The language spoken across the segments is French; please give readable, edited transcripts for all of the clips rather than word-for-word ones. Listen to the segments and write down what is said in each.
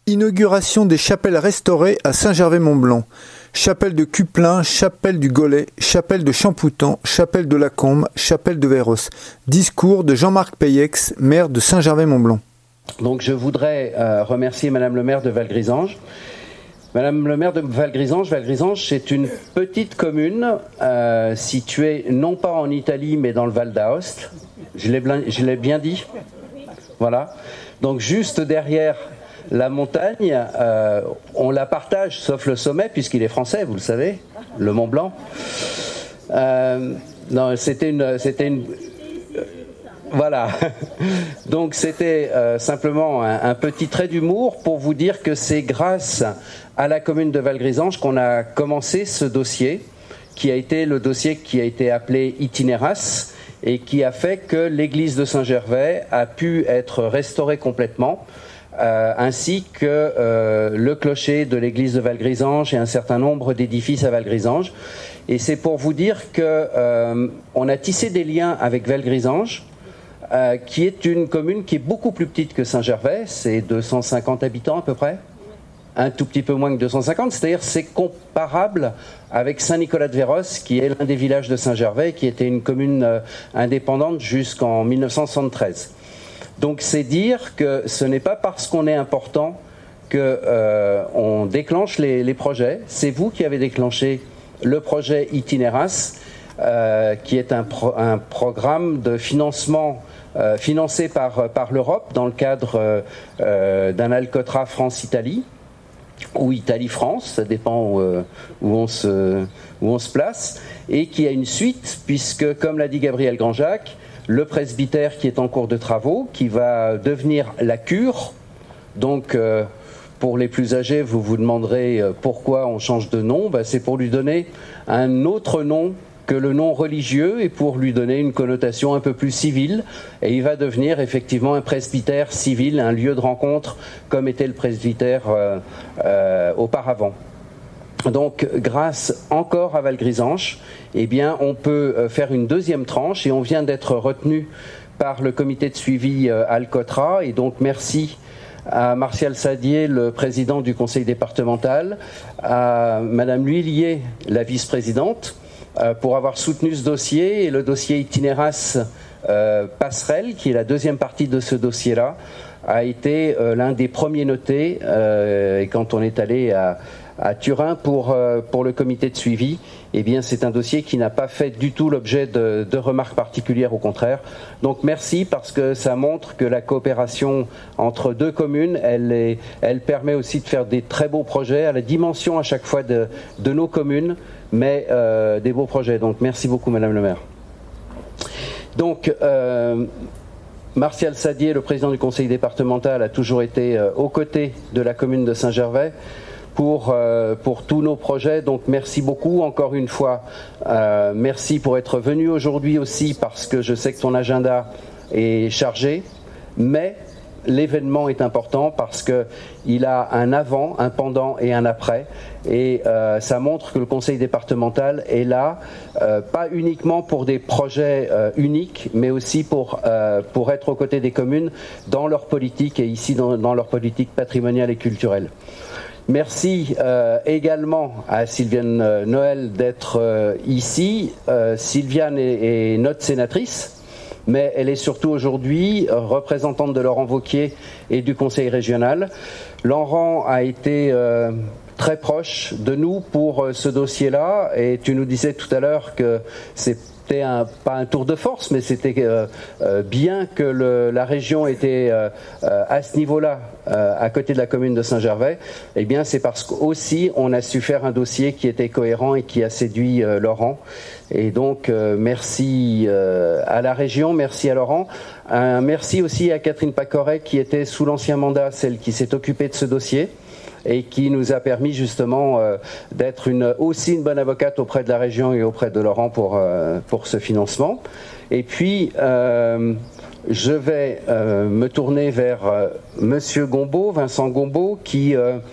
Inauguration des chapelles restaurées à Saint-Gervais-Mont-Blanc. Chapelle de Cuplin, chapelle du Gollet, chapelle de Champoutan, chapelle de la Combe, chapelle de Véros. Discours de Jean-Marc Payex, maire de Saint-Gervais-Mont-Blanc. Donc je voudrais remercier Madame le maire de Valgrisange. Madame le maire de Valgrisange, c'est une petite commune située non pas en Italie mais dans le Val d'Aoste. Je l'ai bien dit. Voilà. Donc juste derrière la montagne, on la partage, sauf le sommet, puisqu'il est français, vous le savez, le Mont Blanc. Non, c'était une voilà. Donc c'était simplement un petit trait d'humour pour vous dire que c'est grâce à la commune de Valgrisange qu'on a commencé ce dossier, qui a été le dossier qui a été appelé Itinéras et qui a fait que l'église de Saint-Gervais a pu être restaurée complètement. Ainsi que le clocher de l'église de Valgrisange et un certain nombre d'édifices à Valgrisange. Et c'est pour vous dire que on a tissé des liens avec Valgrisange, qui est une commune qui est beaucoup plus petite que Saint-Gervais, c'est 250 habitants à peu près, un tout petit peu moins que 250, c'est-à-dire c'est comparable avec Saint-Nicolas-de-Véros, qui est l'un des villages de Saint-Gervais, qui était une commune indépendante jusqu'en 1973. Donc c'est dire que ce n'est pas parce qu'on est important qu'on déclenche les projets. C'est vous qui avez déclenché le projet Itinéras, qui est un programme de financement financé par l'Europe dans le cadre d'un Alcotra France-Italie, ou Italie-France, ça dépend où on se place, et qui a une suite, puisque, comme l'a dit Gabriel Granjac, le presbytère qui est en cours de travaux, qui va devenir la cure. Donc, pour les plus âgés, vous vous demanderez pourquoi on change de nom. C'est pour lui donner un autre nom que le nom religieux et pour lui donner une connotation un peu plus civile. Et il va devenir effectivement un presbytère civil, un lieu de rencontre, comme était le presbytère auparavant. Donc, grâce encore à Valgrisange, eh bien, on peut faire une deuxième tranche et on vient d'être retenu par le comité de suivi Alcotra. Et donc, merci à Martial Sadier, le président du conseil départemental, à Madame L'Huillier, la vice-présidente, pour avoir soutenu ce dossier. Et le dossier Itinéras Passerelle, qui est la deuxième partie de ce dossier-là, a été l'un des premiers notés. Et quand on est allé à Turin pour le comité de suivi, eh bien c'est un dossier qui n'a pas fait du tout l'objet de remarques particulières, au contraire. Donc merci, parce que ça montre que la coopération entre deux communes, elle permet aussi de faire des très beaux projets à la dimension à chaque fois de nos communes, mais des beaux projets. Donc merci beaucoup Madame le maire. Donc Martial Sadier, le président du conseil départemental, a toujours été aux côtés de la commune de Saint-Gervais pour tous nos projets. Donc merci beaucoup encore une fois. Merci pour être venu aujourd'hui aussi, parce que je sais que ton agenda est chargé, mais l'événement est important parce qu'il a un avant, un pendant et un après. Et ça montre que le conseil départemental est là, pas uniquement pour des projets uniques, mais aussi pour être aux côtés des communes dans leur politique, et ici dans leur politique patrimoniale et culturelle. Merci également à Sylviane Noël d'être ici. Sylviane est notre sénatrice, mais elle est surtout aujourd'hui représentante de Laurent Wauquiez et du conseil régional. Laurent a été très proche de nous pour ce dossier-là, et tu nous disais tout à l'heure que c'était pas un tour de force, mais c'était bien que la région était à ce niveau-là, à côté de la commune de Saint-Gervais. Eh bien, c'est parce qu'aussi on a su faire un dossier qui était cohérent et qui a séduit Laurent. Et donc, merci à la région, merci à Laurent. Merci aussi à Catherine Pacoret, qui était sous l'ancien mandat celle qui s'est occupée de ce dossier, et qui nous a permis justement d'être aussi une bonne avocate auprès de la région et auprès de Laurent pour ce financement. Et puis, je vais me tourner vers Monsieur Gombaud, Vincent Gombaud, qui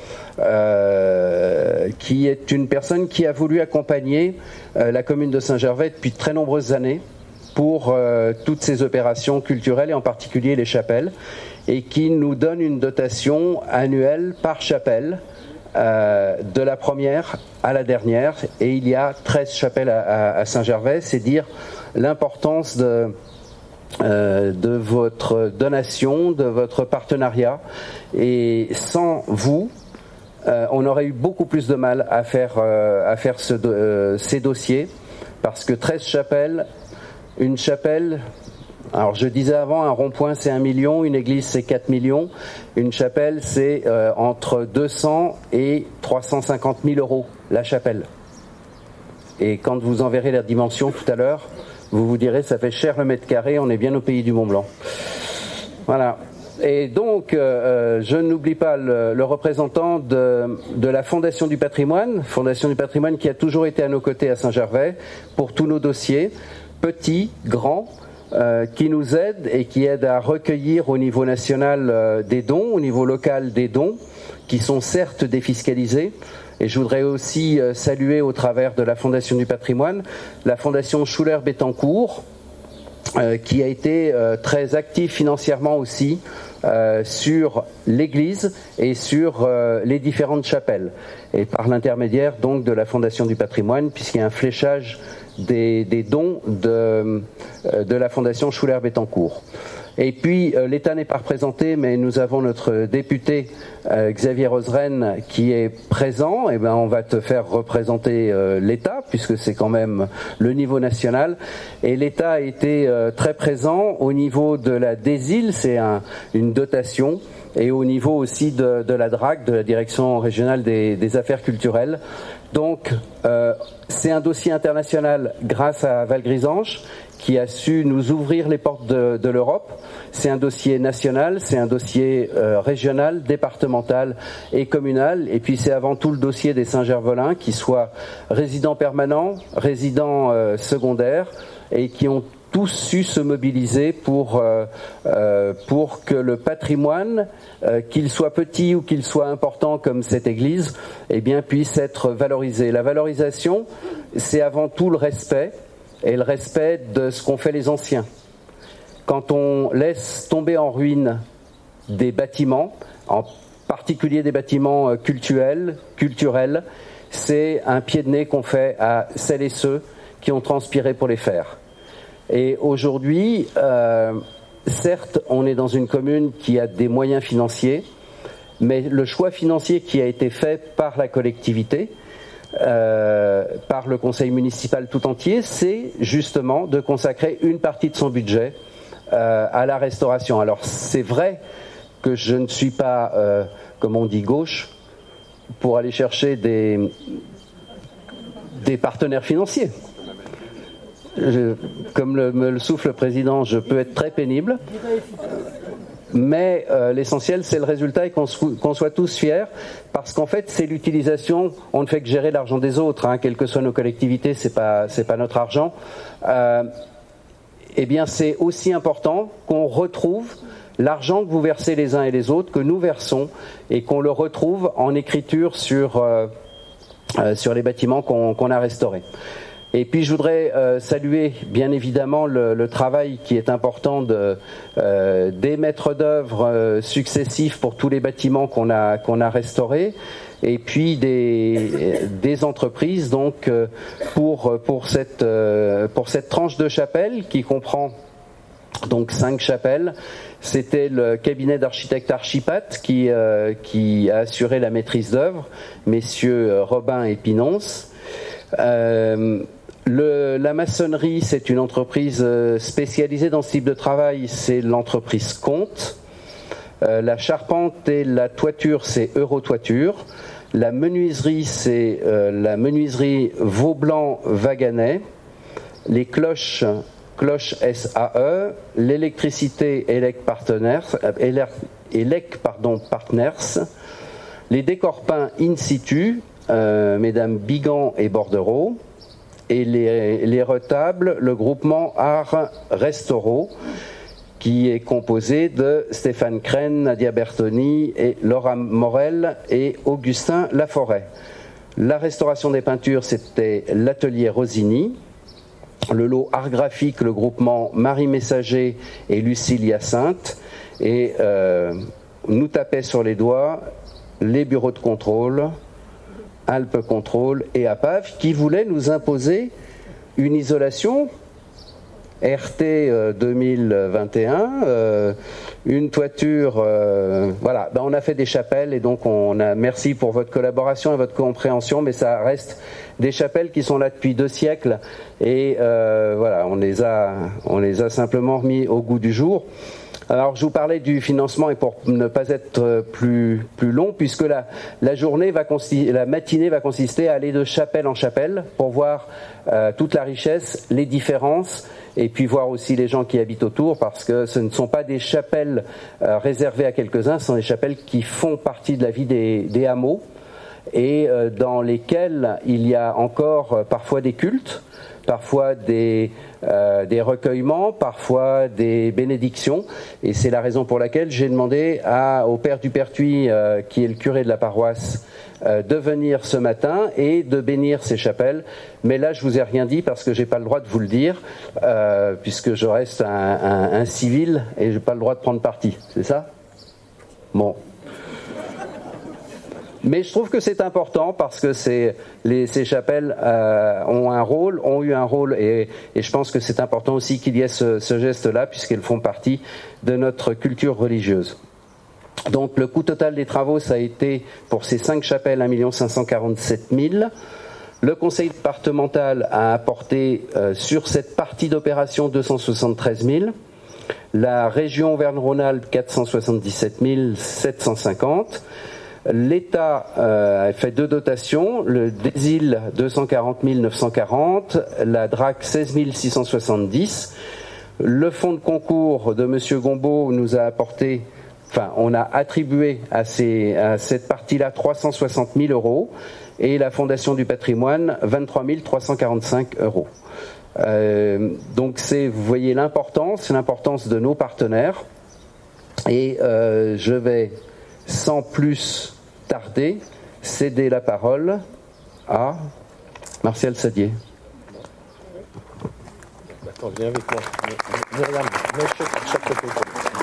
est une personne qui a voulu accompagner la commune de Saint-Gervais depuis de très nombreuses années pour toutes ces opérations culturelles, et en particulier les chapelles. et qui nous donne une dotation annuelle par chapelle, de la première à la dernière, et il y a 13 chapelles à Saint-Gervais. C'est dire l'importance de votre donation, de votre partenariat, et sans vous, on aurait eu beaucoup plus de mal à faire ces dossiers, parce que 13 chapelles, une chapelle, alors je disais avant, un rond-point c'est 1 million, une église c'est 4 millions, une chapelle c'est entre 200 et 350 000 euros la chapelle. Et quand vous en verrez la dimension tout à l'heure, vous vous direz ça fait cher le mètre carré, on est bien au pays du Mont-Blanc. Voilà. Et donc, je n'oublie pas le représentant de la Fondation du Patrimoine qui a toujours été à nos côtés à Saint-Gervais pour tous nos dossiers, petits, grands, qui nous aide et qui aide à recueillir au niveau national des dons, au niveau local des dons, qui sont certes défiscalisés. Et je voudrais aussi saluer au travers de la Fondation du Patrimoine, la Fondation Schuller-Bettencourt, qui a été très active financièrement aussi sur l'église et sur les différentes chapelles. Et par l'intermédiaire donc de la Fondation du Patrimoine, puisqu'il y a un fléchage des dons de la Fondation Schuller-Bettencourt. Et puis l'État n'est pas représenté, mais nous avons notre député Xavier Roseren qui est présent. Et ben on va te faire représenter l'État, puisque c'est quand même le niveau national. Et l'État a été très présent au niveau de la DESIL, c'est une dotation, et au niveau aussi de la DRAC, de la Direction régionale des affaires culturelles. Donc c'est un dossier international grâce à Valgrisange, qui a su nous ouvrir les portes de l'Europe. C'est un dossier national, c'est un dossier régional, départemental et communal. Et puis c'est avant tout le dossier des Saint-Gervelins, qui soient résidents permanents, résidents secondaires, et qui ont tous su se mobiliser pour que le patrimoine, qu'il soit petit ou qu'il soit important comme cette église, eh bien, puisse être valorisé. La valorisation, c'est avant tout le respect, et le respect de ce qu'ont fait les anciens. Quand on laisse tomber en ruine des bâtiments, en particulier des bâtiments cultuels, c'est un pied de nez qu'on fait à celles et ceux qui ont transpiré pour les faire. Et aujourd'hui, certes, on est dans une commune qui a des moyens financiers, mais le choix financier qui a été fait par la collectivité, par le conseil municipal tout entier, c'est justement de consacrer une partie de son budget à la restauration. Alors c'est vrai que je ne suis pas, comme on dit, gauche, pour aller chercher des partenaires financiers. Comme me le souffle le président, je peux être très pénible, mais l'essentiel c'est le résultat et qu'on soit tous fiers, parce qu'en fait c'est l'utilisation. On ne fait que gérer l'argent des autres, hein, quelles que soient nos collectivités, c'est pas notre argent. Eh bien c'est aussi important qu'on retrouve l'argent que vous versez les uns et les autres, que nous versons, et qu'on le retrouve en écriture sur les bâtiments qu'on a restaurés. Et puis je voudrais saluer bien évidemment le travail qui est important des maîtres d'œuvre successifs pour tous les bâtiments qu'on a restaurés, et puis des entreprises donc pour cette tranche de chapelle qui comprend donc 5 chapelles. C'était le cabinet d'architecte Archipat qui a assuré la maîtrise d'œuvre, messieurs Robin et Pinonce. La maçonnerie, c'est une entreprise spécialisée dans ce type de travail, c'est l'entreprise Comte. La charpente et la toiture, c'est Eurotoiture. La menuiserie, c'est la menuiserie Vaublanc-Vaganet. Les cloches SAE. L'électricité Elec Partners. Les décors peints in situ, mesdames Bigan et Bordereau. Et les retables, le groupement Art Restauro, qui est composé de Stéphane Crène, Nadia Bertoni, et Laura Morel et Augustin Laforêt. La restauration des peintures, c'était l'atelier Rosini. le lot Art Graphique, le groupement Marie Messager et Lucille Hyacinthe, et nous tapaient sur les doigts les bureaux de contrôle, Alpes Contrôle et APAV, qui voulaient nous imposer une isolation RT 2021, une toiture, voilà. Ben, on a fait des chapelles et donc merci pour votre collaboration et votre compréhension, mais ça reste des chapelles qui sont là depuis 2 siècles et voilà, on les a simplement remis au goût du jour. Alors, je vous parlais du financement et pour ne pas être plus long, puisque la matinée va consister à aller de chapelle en chapelle pour voir toute la richesse, les différences, et puis voir aussi les gens qui habitent autour, parce que ce ne sont pas des chapelles réservées à quelques-uns, ce sont des chapelles qui font partie de la vie des hameaux et dans lesquelles il y a encore parfois des cultes, parfois des recueillements, parfois des bénédictions, et c'est la raison pour laquelle j'ai demandé au père Dupertuis, qui est le curé de la paroisse, de venir ce matin et de bénir ces chapelles. Mais là, je vous ai rien dit parce que j'ai pas le droit de vous le dire, puisque je reste un civil et j'ai pas le droit de prendre parti. C'est ça ? Bon. Mais je trouve que c'est important parce que ces chapelles ont eu un rôle et je pense que c'est important aussi qu'il y ait ce geste-là puisqu'elles font partie de notre culture religieuse. Donc le coût total des travaux, ça a été pour ces 5 chapelles 1 547 000. Le conseil départemental a apporté sur cette partie d'opération 273 000. La région Auvergne-Rhône-Alpes 477 750. L'État a fait 2 dotations, le DESIL 240 940, la DRAC 16 670. Le fonds de concours de M. Gombeau nous a apporté, on a attribué à cette partie-là 360 000 euros et la Fondation du patrimoine 23 345 euros. Donc vous voyez l'importance de nos partenaires et je vais sans plus tarder céder la parole à Martial Sadier. Attends, viens avec moi. Myriam, mets chaque côté.